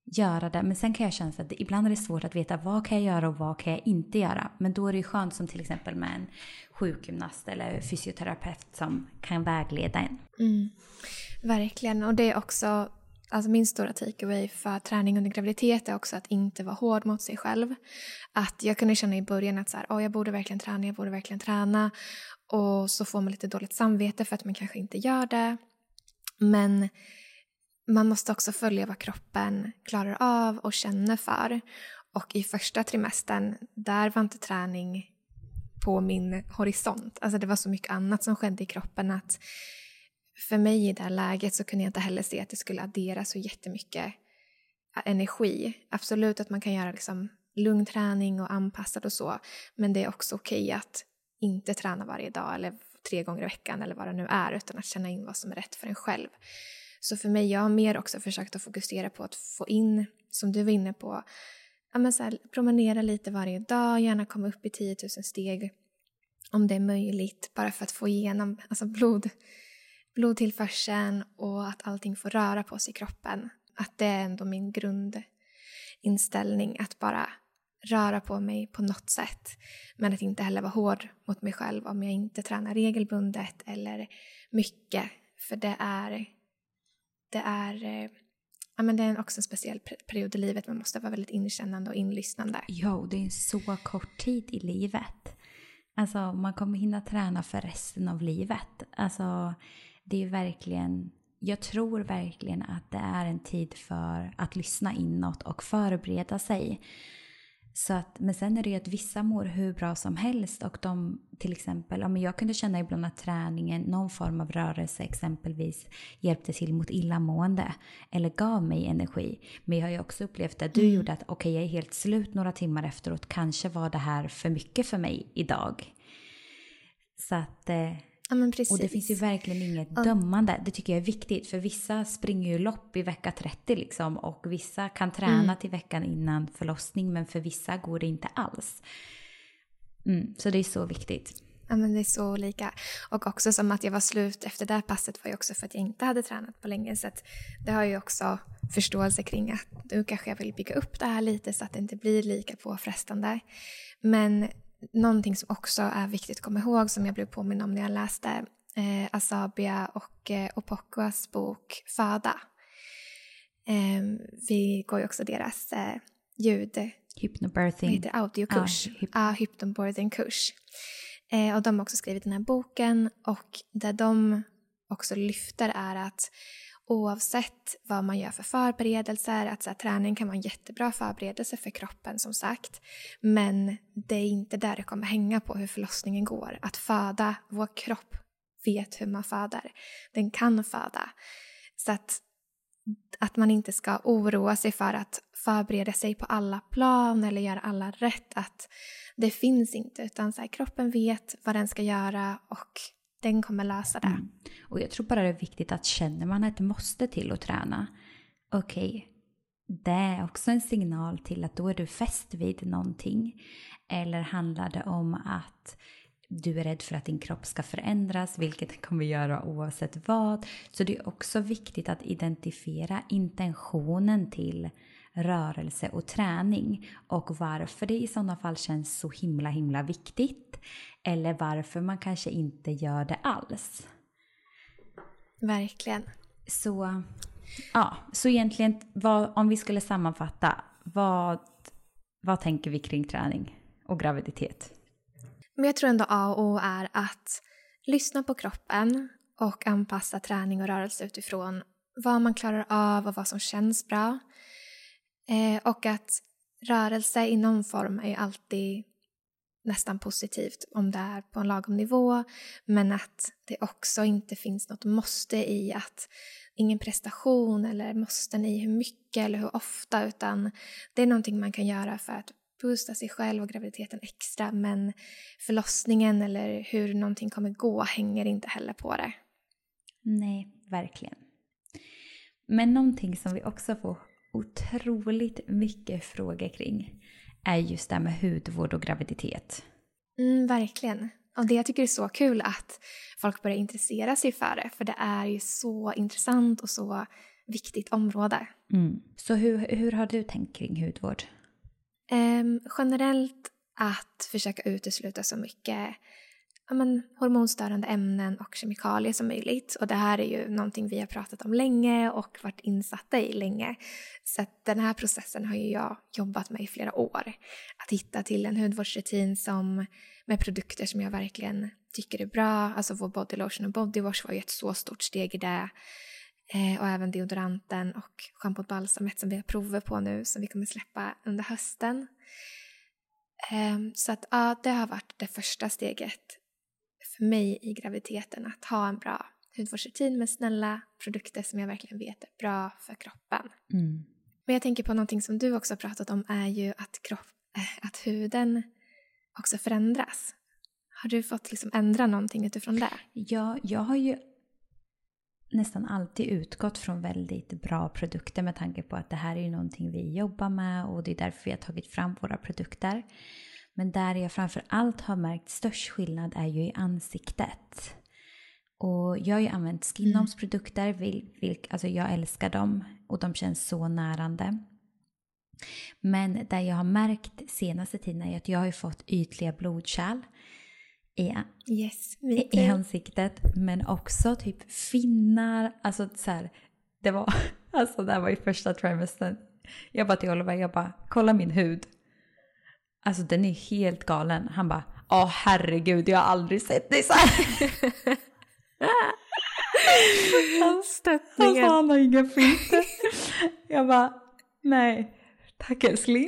göra det. Men sen kan jag känna att ibland är det svårt att veta vad kan jag göra och vad kan jag inte göra. Men då är det ju skönt som till exempel med en sjukgymnast eller fysioterapeut som kan vägleda en. Verkligen, och det är också alltså min stora takeaway för träning under graviditet är också att inte vara hård mot sig själv. Att jag kunde känna i början att så här, jag borde verkligen träna. Och så får man lite dåligt samvete för att man kanske inte gör det. Men man måste också följa vad kroppen klarar av och känner för. Och i första trimestern, där var inte träning på min horisont. Alltså det var så mycket annat som skedde i kroppen att för mig i det här läget så kunde jag inte heller se att det skulle addera så jättemycket energi. Absolut att man kan göra liksom lugn träning och anpassad och så. Men det är också okej att inte träna varje dag eller 3 gånger i veckan eller vad det nu är. Utan att känna in vad som är rätt för en själv. Så för mig, jag har mer också försökt att fokusera på att få in, som du var inne på, så här, promenera lite varje dag. Gärna komma upp i 10 000 steg om det är möjligt. Bara för att få igenom blodtillförseln och att allting får röra på sig i kroppen. Att det är ändå min grundinställning att bara röra på mig på något sätt. Men att inte heller vara hård mot mig själv om jag inte tränar regelbundet eller mycket. För det är också en speciell period i livet. Man måste vara väldigt inkännande och inlyssnande. Ja, det är en så kort tid i livet. Alltså man kommer hinna träna för resten av livet. Alltså det är verkligen, jag tror verkligen att det är en tid för att lyssna inåt och förbereda sig. Så att, men sen är det ju att vissa mår hur bra som helst och de till exempel, jag kunde känna ibland att träningen, någon form av rörelse exempelvis hjälpte till mot illamående eller gav mig energi. Men jag har ju också upplevt att du gjorde att jag är helt slut några timmar efteråt, kanske var det här för mycket för mig idag. Så att och det finns ju verkligen inget dömande. Det tycker jag är viktigt. För vissa springer ju lopp i vecka 30 liksom. Och vissa kan träna till veckan innan förlossning. Men för vissa går det inte alls. Så det är så viktigt. Ja, men det är så olika. Och också som att jag var slut efter det här passet var ju också för att jag inte hade tränat på länge. Så att det har ju också förståelse kring att nu kanske jag vill bygga upp det här lite så att det inte blir lika påfrestande. Men någonting som också är viktigt att komma ihåg som jag blev påminn om när jag läste Asabia och Opokuas bok Föda. Vi går ju också deras Hypnobirthing. Audiokurs. Hypnobirthing-kurs. Och de har också skrivit den här boken och det de också lyfter är att oavsett vad man gör för förberedelser, att så här, träning kan vara en jättebra förberedelse för kroppen som sagt, men det är inte där det kommer hänga på hur förlossningen går. Att föda, vår kropp vet hur man föder, den kan föda. Så att man inte ska oroa sig för att förbereda sig på alla plan eller göra alla rätt, att det finns inte, utan så här, kroppen vet vad den ska göra och den kommer lösa det. Och jag tror bara det är viktigt att känner man att det måste till att träna. Det är också en signal till att då är du fäst vid någonting. Eller handlar det om att du är rädd för att din kropp ska förändras, vilket den kommer göra oavsett vad. Så det är också viktigt att identifiera intentionen till rörelse och träning. Och varför det i sådana fall känns så himla viktigt. Eller varför man kanske inte gör det alls. Verkligen. Så egentligen, om vi skulle sammanfatta, vad tänker vi kring träning och graviditet? Men jag tror ändå A och O är att lyssna på kroppen och anpassa träning och rörelse utifrån vad man klarar av och vad som känns bra. Och att rörelse i någon form är alltid nästan positivt om det är på en lagom nivå, men att det också inte finns något måste i att ingen prestation eller måsten i hur mycket eller hur ofta, utan det är någonting man kan göra för att boosta sig själv och graviditeten extra, men förlossningen eller hur någonting kommer gå hänger inte heller på det. Nej, verkligen. Men någonting som vi också får otroligt mycket frågor kring är just det med hudvård och graviditet. Verkligen. Och det jag tycker är så kul att folk börjar intressera sig för det. För det är ju så intressant och så viktigt område. Så hur har du tänkt kring hudvård? Generellt att försöka utesluta så mycket hormonstörande ämnen och kemikalier som möjligt. Och det här är ju någonting vi har pratat om länge och varit insatta i länge. Så att den här processen har ju jag jobbat med i flera år. Att hitta till en hudvårdsrutin med produkter som jag verkligen tycker är bra. Alltså vår body lotion och body wash var ju ett så stort steg i det. Och även deodoranten och schampot balsamet som vi har prover på nu som vi kommer släppa under hösten. Så att det har varit det första steget för mig i graviditeten, att ha en bra hudvårdsrutin med snälla produkter som jag verkligen vet är bra för kroppen. Men jag tänker på någonting som du också har pratat om är ju att huden också förändras. Har du fått liksom ändra någonting utifrån det? Ja, jag har ju nästan alltid utgått från väldigt bra produkter med tanke på att det här är ju någonting vi jobbar med och det är därför vi har tagit fram våra produkter. Men där jag framför allt har märkt störst skillnad är ju i ansiktet. Och jag har ju använt Skinoms produkter, alltså jag älskar dem och de känns så närande. Men där jag har märkt senaste tiden är att jag har ju fått ytliga blodkärl i ansiktet, men också typ finnar, alltså så här, det var i första trimestern. Jag bara till Oliver, kolla min hud. Alltså den är helt galen. Han bara, herregud, jag har aldrig sett dig så här. Stöttningen. Alltså han har inga filter. Jag bara, nej, tack älskling.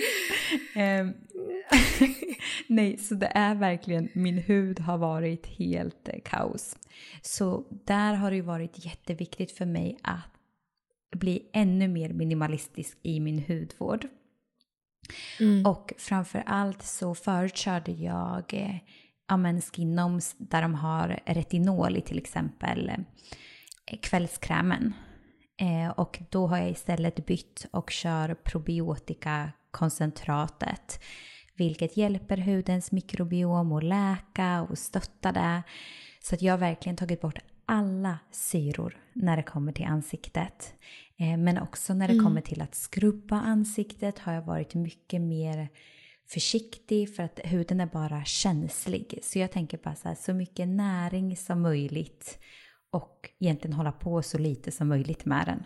Nej, så det är verkligen, min hud har varit helt kaos. Så där har det ju varit jätteviktigt för mig att bli ännu mer minimalistisk i min hudvård. Och framförallt så förut körde jag Skinoms där de har retinol i till exempel kvällskrämen. Och då har jag istället bytt och kör probiotika-koncentratet. Vilket hjälper hudens mikrobiom att läka och stötta det. Så att jag har verkligen tagit bort alla syror när det kommer till ansiktet. Men också när det kommer till att skrubba ansiktet har jag varit mycket mer försiktig för att huden är bara känslig. Så jag tänker bara så mycket näring som möjligt och egentligen hålla på så lite som möjligt med den.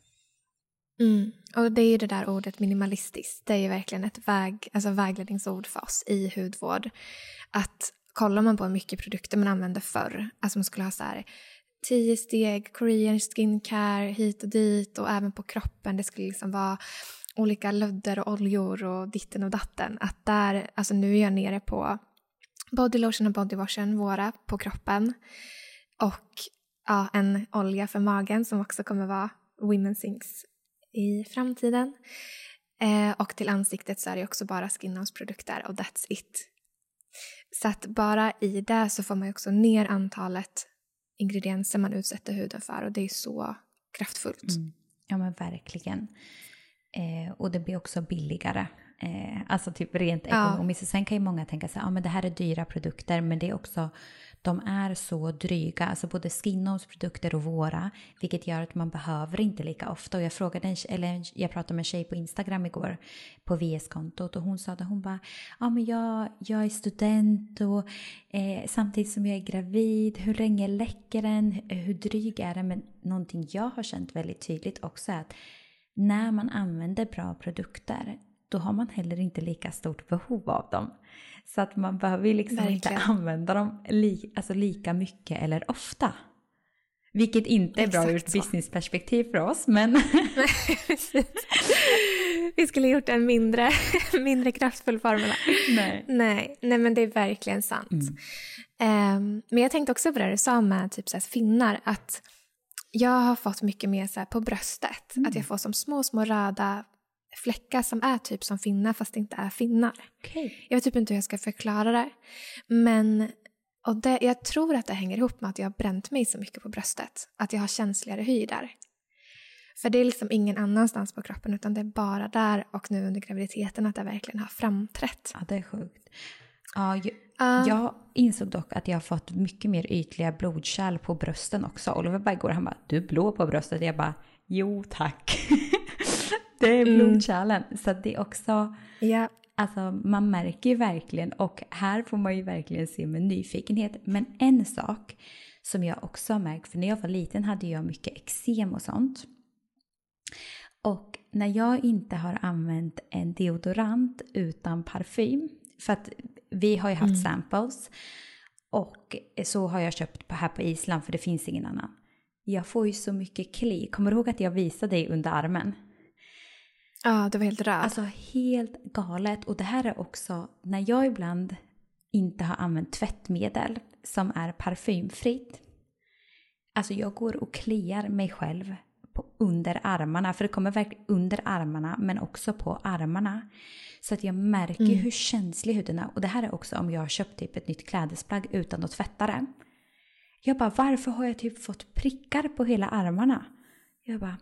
Och det är ju det där ordet minimalistiskt. Det är ju verkligen ett vägledningsord för oss i hudvård. Att kollar man på hur mycket produkter man använder förr, alltså man skulle ha så här 10 steg, Korean skincare hit och dit och även på kroppen, det skulle liksom vara olika lödder och oljor och ditten och datten. Att där, alltså nu är jag nere på body lotion och body washen, våra på kroppen och en olja för magen som också kommer vara Women Sinks i framtiden. Och till ansiktet så är det också bara Skinoms produkter och that's it. Så att bara i det så får man ju också ner antalet ingredienser man utsätter huden för och det är så kraftfullt. Ja men verkligen. Och det blir också billigare. Alltså typ rent ekonomiskt. Och sen kan ju många tänka så här, men det här är dyra produkter, men det är också, de är så dryga, alltså både Skinoms produkter och våra, vilket gör att man behöver inte lika ofta. Och jag pratade med en tjej på Instagram igår på VS-kontot och hon sa att hon bara, men jag är student och samtidigt som jag är gravid, hur länge läcker den, hur dryg är den? Men någonting jag har känt väldigt tydligt också är att när man använder bra produkter, då har man heller inte lika stort behov av dem. Så att man behöver liksom inte använda dem lika mycket eller ofta. Vilket inte är bra ur ett businessperspektiv för oss, men... Vi skulle gjort en mindre kraftfull formel. Nej, men det är verkligen sant. Men jag tänkte också på det du sa med typ så här finnar, att jag har fått mycket mer så här på bröstet. Att jag får som små röda fläckar som är typ som finnar fast det inte är finnar. Okay. Jag vet typ inte hur jag ska förklara det. Men jag tror att det hänger ihop med att jag har bränt mig så mycket på bröstet. Att jag har känsligare hy där. För det är liksom ingen annanstans på kroppen utan det är bara där och nu under graviditeten att det verkligen har framträtt. Ja, det är sjukt. Jag insåg dock att jag har fått mycket mer ytliga blodkärl på brösten också. Oliver bara igår, han bara, du är blå på bröstet. Jag bara, jo tack. Det är blodkärlen. Så det är också... Ja. Alltså man märker ju verkligen, och här får man ju verkligen se med nyfikenhet. Men en sak som jag också har märkt, för när jag var liten hade jag mycket eksem och sånt. Och när jag inte har använt en deodorant utan parfym, för att vi har ju haft samples, och så har jag köpt här på Island för det finns ingen annan. Jag får ju så mycket kli. Kommer du ihåg att jag visade dig under armen? Ja, det var helt röd. Alltså helt galet. Och det här är också när jag ibland inte har använt tvättmedel som är parfymfritt. Alltså jag går och kliar mig själv på under armarna. För det kommer verkligen under armarna men också på armarna. Så att jag märker hur känslig huden är. Och det här är också om jag har köpt typ ett nytt klädesplagg utan att tvätta det. Jag bara, varför har jag typ fått prickar på hela armarna? Jag bara,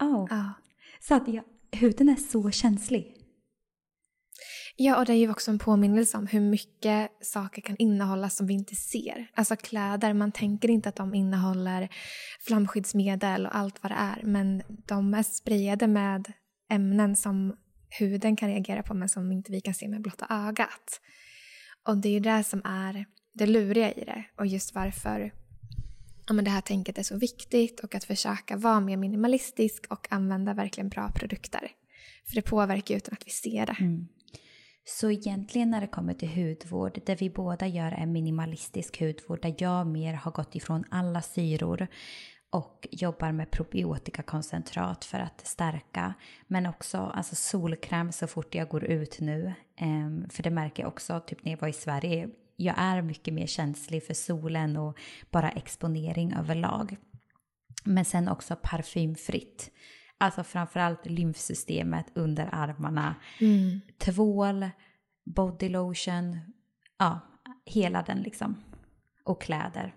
Så att huden är så känslig. Ja, och det är ju också en påminnelse om hur mycket saker kan innehålla som vi inte ser. Alltså kläder, man tänker inte att de innehåller flamskyddsmedel och allt vad det är. Men de är sprayade med ämnen som huden kan reagera på men som inte vi kan se med blotta ögat. Och det är ju det som är det luriga i det. Och just varför men det här tänket är så viktigt, och att försöka vara mer minimalistisk och använda verkligen bra produkter. För det påverkar utan att vi ser det. Så egentligen när det kommer till hudvård, där vi båda gör en minimalistisk hudvård, där jag mer har gått ifrån alla syror och jobbar med probiotikakoncentrat för att stärka. Men också alltså solkräm så fort jag går ut nu. För det märker jag också typ när jag var i Sverige. Jag är mycket mer känslig för solen och bara exponering överlag. Men sen också parfymfritt. Alltså framförallt lymfsystemet under armarna. Tvål, body lotion. Ja, hela den liksom. Och kläder.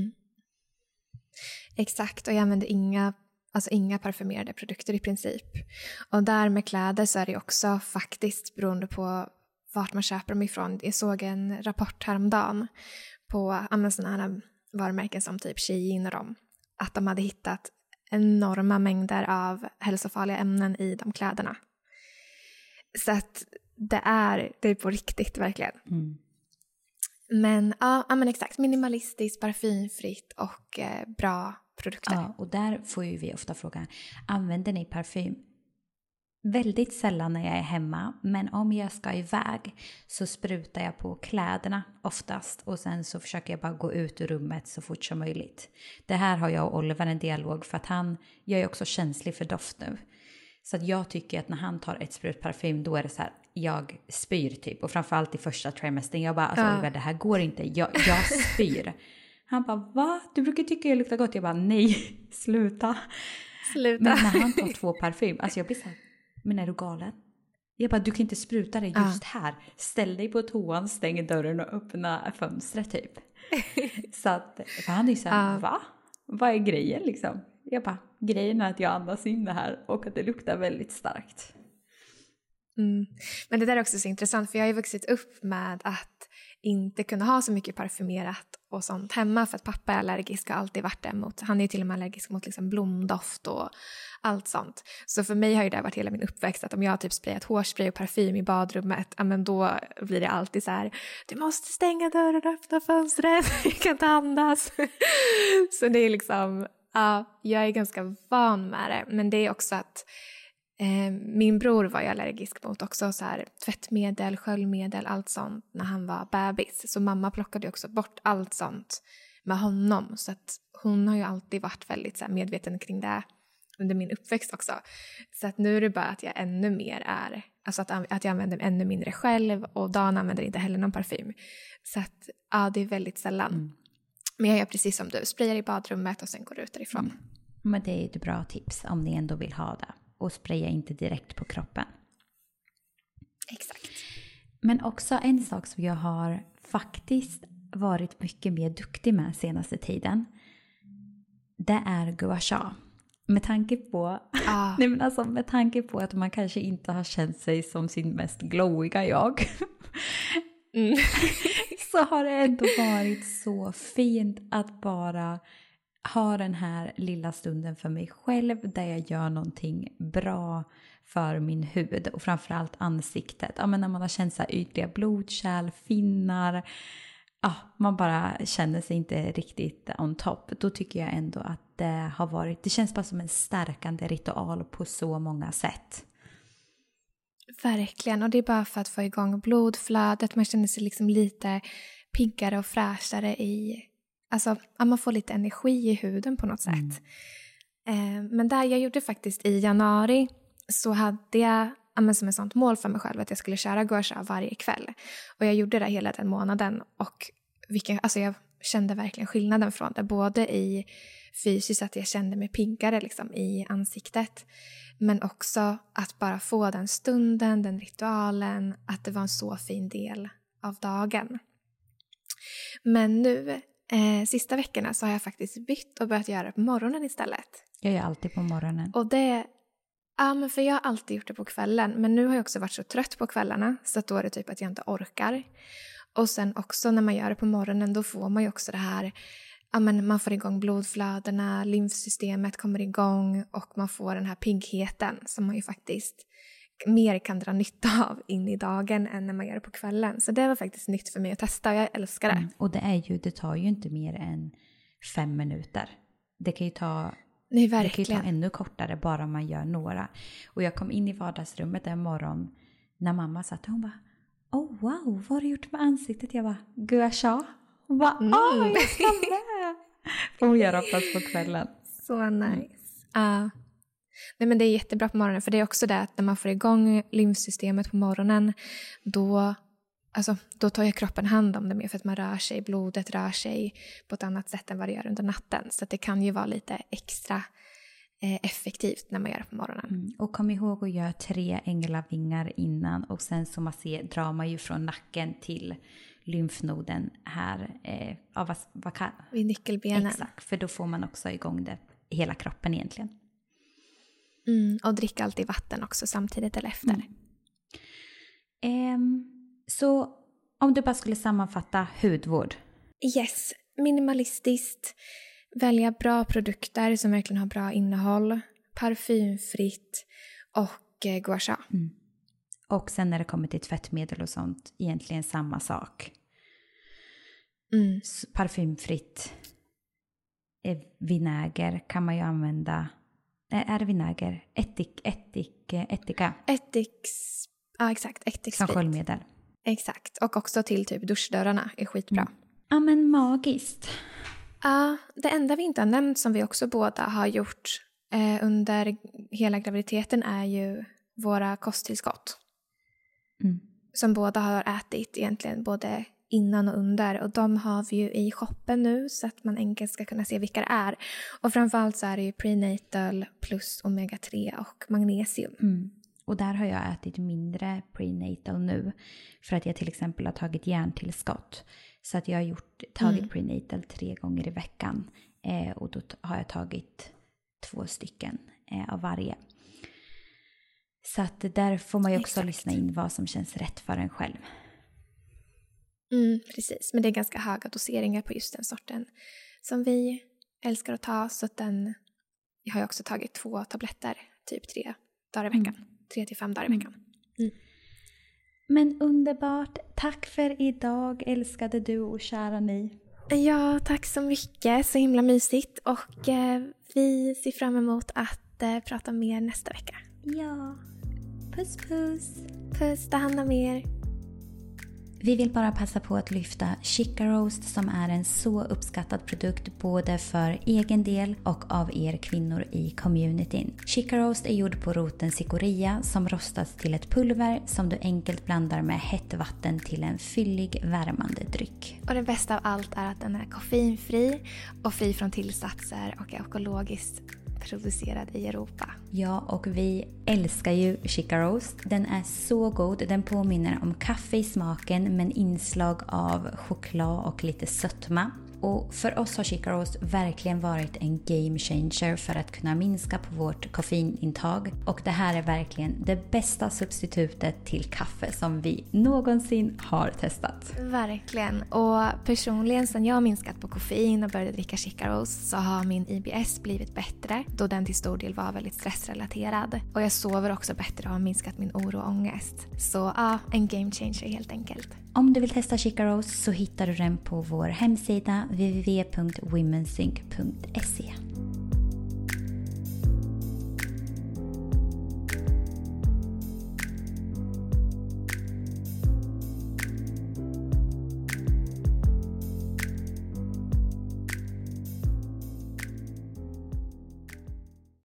Exakt, och jag använder inga parfymerade produkter i princip. Och där med kläder så är det också faktiskt beroende på vart man köper dem ifrån. Jag såg en rapport häromdagen på sådana här varumärken som typ Shein och dem. Att de hade hittat enorma mängder av hälsofarliga ämnen i de kläderna. Så att det är på riktigt verkligen. Men men exakt, minimalistiskt, parfymfritt och bra produkter. Ja, och där får ju vi ofta frågan, använder ni parfym? Väldigt sällan när jag är hemma, men om jag ska iväg så sprutar jag på kläderna oftast. Och sen så försöker jag bara gå ut ur rummet så fort som möjligt. Det här har jag och Oliver en dialog för att jag är också känslig för doft nu. Så att jag tycker att när han tar ett sprut parfym då är det så här, jag spyr typ. Och framförallt i första trimestern, jag bara, Oliver det här går inte, jag spyr. Han bara, va? Du brukar tycka jag luktar gott. Jag bara, nej, sluta. Men när han tar 2 parfym, alltså jag blir så här, men är du galen? Jag bara, du kan inte spruta det just här. Ställ dig på toan, stäng dörren och öppna fönstret typ. Så att, för han är ju så här, va? Vad är grejen liksom? Jag bara, grejen är att jag andas in det här och att det luktar väldigt starkt. Men det där är också så intressant, för jag har ju vuxit upp med att inte kunna ha så mycket parfymerat och sånt hemma, för att pappa är allergisk och alltid varit det mot. Han är ju till och med allergisk mot liksom blomdoft och allt sånt. Så för mig har ju det varit hela min uppväxt att om jag har typ sprayat hårspray och parfym i badrummet, men då blir det alltid så här: du måste stänga dörren och öppna fönstret, jag kan inte andas. Så det är liksom, jag är ganska van med det, men det är också att min bror var ju allergisk mot också så här tvättmedel, sköljmedel, allt sånt när han var bebis. Så mamma plockade också bort allt sånt med honom. Så att hon har ju alltid varit väldigt så här medveten kring det under min uppväxt också. Så att nu är det bara att jag ännu mer är, alltså att jag använder ännu mindre själv, och Dan använder inte heller någon parfym. Så att det är väldigt sällan. Men jag gör precis som du, sprayar i badrummet och sen går ut därifrån. Men det är ett bra tips om ni ändå vill ha det. Och spraya inte direkt på kroppen. Exakt. Men också en sak som jag har faktiskt varit mycket mer duktig med senaste tiden. Det är gua sha. Med tanke på, med tanke på att man kanske inte har känt sig som sin mest glowiga jag. Så har det ändå varit så fint att bara ha den här lilla stunden för mig själv där jag gör någonting bra för min hud och framförallt ansiktet. Ja, men när man har känt så här ytliga blodkärl, finnar, ja, man bara känner sig inte riktigt on top. Då tycker jag ändå att det känns bara som en stärkande ritual på så många sätt. Verkligen, och det är bara för att få igång blodflödet. Man känner sig liksom lite piggare och fräschare alltså man får lite energi i huden på något sätt. Men där jag gjorde faktiskt i januari så hade jag som ett sånt mål för mig själv att jag skulle köra gua sha varje kväll. Och jag gjorde det hela den månaden och jag kände verkligen skillnaden från det. Både i fysiskt att jag kände mig piggare liksom i ansiktet. Men också att bara få den stunden, den ritualen, att det var en så fin del av dagen. Men nu, sista veckorna så har jag faktiskt bytt och börjat göra det på morgonen istället. Jag gör alltid på morgonen. Och men för jag har alltid gjort det på kvällen. Men nu har jag också varit så trött på kvällarna så att då är det typ att jag inte orkar. Och sen också när man gör det på morgonen då får man ju också det här, man får igång blodflödena, lymfsystemet kommer igång och man får den här piggheten som man ju faktiskt mer kan dra nytta av in i dagen än när man gör det på kvällen. Så det var faktiskt nytt för mig att testa och jag älskar det. Och det tar ju inte mer än 5 minuter. Det kan ju ta... Nej, det kan ju ta ännu kortare bara om man gör några. Och jag kom in i vardagsrummet en morgon när mamma satt och hon bara, oh wow, vad har du gjort med ansiktet? Jag bara, gua sha. Hon bara, jag ska med. Får hon göra oftast på kvällen. Så nice. Nej, men det är jättebra på morgonen för det är också det att när man får igång lymfsystemet på morgonen då tar ju kroppen hand om det mer för att man rör sig, blodet rör sig på ett annat sätt än vad det gör under natten. Så att det kan ju vara lite extra effektivt när man gör det på morgonen. Och kom ihåg att göra 3 änglavingar innan och sen som man ser drar man ju från nacken till lymfnoden här. Vid nyckelbenen. Exakt, för då får man också igång det hela kroppen egentligen. Och dricka alltid vatten också samtidigt eller efter. Så om du bara skulle sammanfatta hudvård. Yes, minimalistiskt. Välja bra produkter som verkligen har bra innehåll. Parfymfritt och gua sha. Och sen när det kommer till tvättmedel och sånt, egentligen samma sak. Parfymfritt. Vinäger kan man ju använda. Är det vinäger? Ättika. Ja, exakt. Ättiksprit. Som sköljmedel. Exakt. Och också till typ duschdörrarna är skitbra. Ja, men magiskt. Ja, det enda vi inte har nämnt som vi också båda har gjort under hela graviditeten är ju våra kosttillskott. Som båda har ätit egentligen både innan och under. Och de har vi ju i shoppen nu så att man enkelt ska kunna se vilka det är. Och framförallt så är det ju prenatal plus omega-3 och magnesium. Och där har jag ätit mindre prenatal nu. För att jag till exempel har tagit järntillskott. Så att jag har tagit prenatal 3 gånger i veckan. Och då har jag tagit 2 stycken av varje. Så att där får man ju också lyssna in vad som känns rätt för en själv. Precis, men det är ganska höga doseringar på just den sorten som vi älskar att ta. Så att jag har ju också tagit 2 tabletter typ 3 dagar i veckan. 3 till 5 dagar i veckan. Men underbart. Tack för idag, älskade du och kära ni. Ja, tack så mycket. Så himla mysigt. Och vi ser fram emot att prata mer nästa vecka. Ja. Puss, puss. Puss, ta hand om er. Vi vill bara passa på att lyfta Chica Roast som är en så uppskattad produkt både för egen del och av er kvinnor i communityn. Chica Roast är gjord på roten cikoria som rostas till ett pulver som du enkelt blandar med hett vatten till en fyllig värmande dryck. Och det bästa av allt är att den är koffeinfri och fri från tillsatser och är ekologiskt producerad i Europa. Ja, och vi älskar ju Chica Roast. Den är så god. Den påminner om kaffe i smaken men inslag av choklad och lite sötma. Och för oss har Chica Rose verkligen varit en game changer för att kunna minska på vårt koffeinintag. Och det här är verkligen det bästa substitutet till kaffe som vi någonsin har testat. Verkligen. Och personligen sen jag har minskat på koffein och började dricka Chica Rose så har min IBS blivit bättre, då den till stor del var väldigt stressrelaterad. Och jag sover också bättre och har minskat min oro och ångest. Så ja, en game changer helt enkelt. Om du vill testa Chica Rose så hittar du den på vår hemsida www.womensync.se.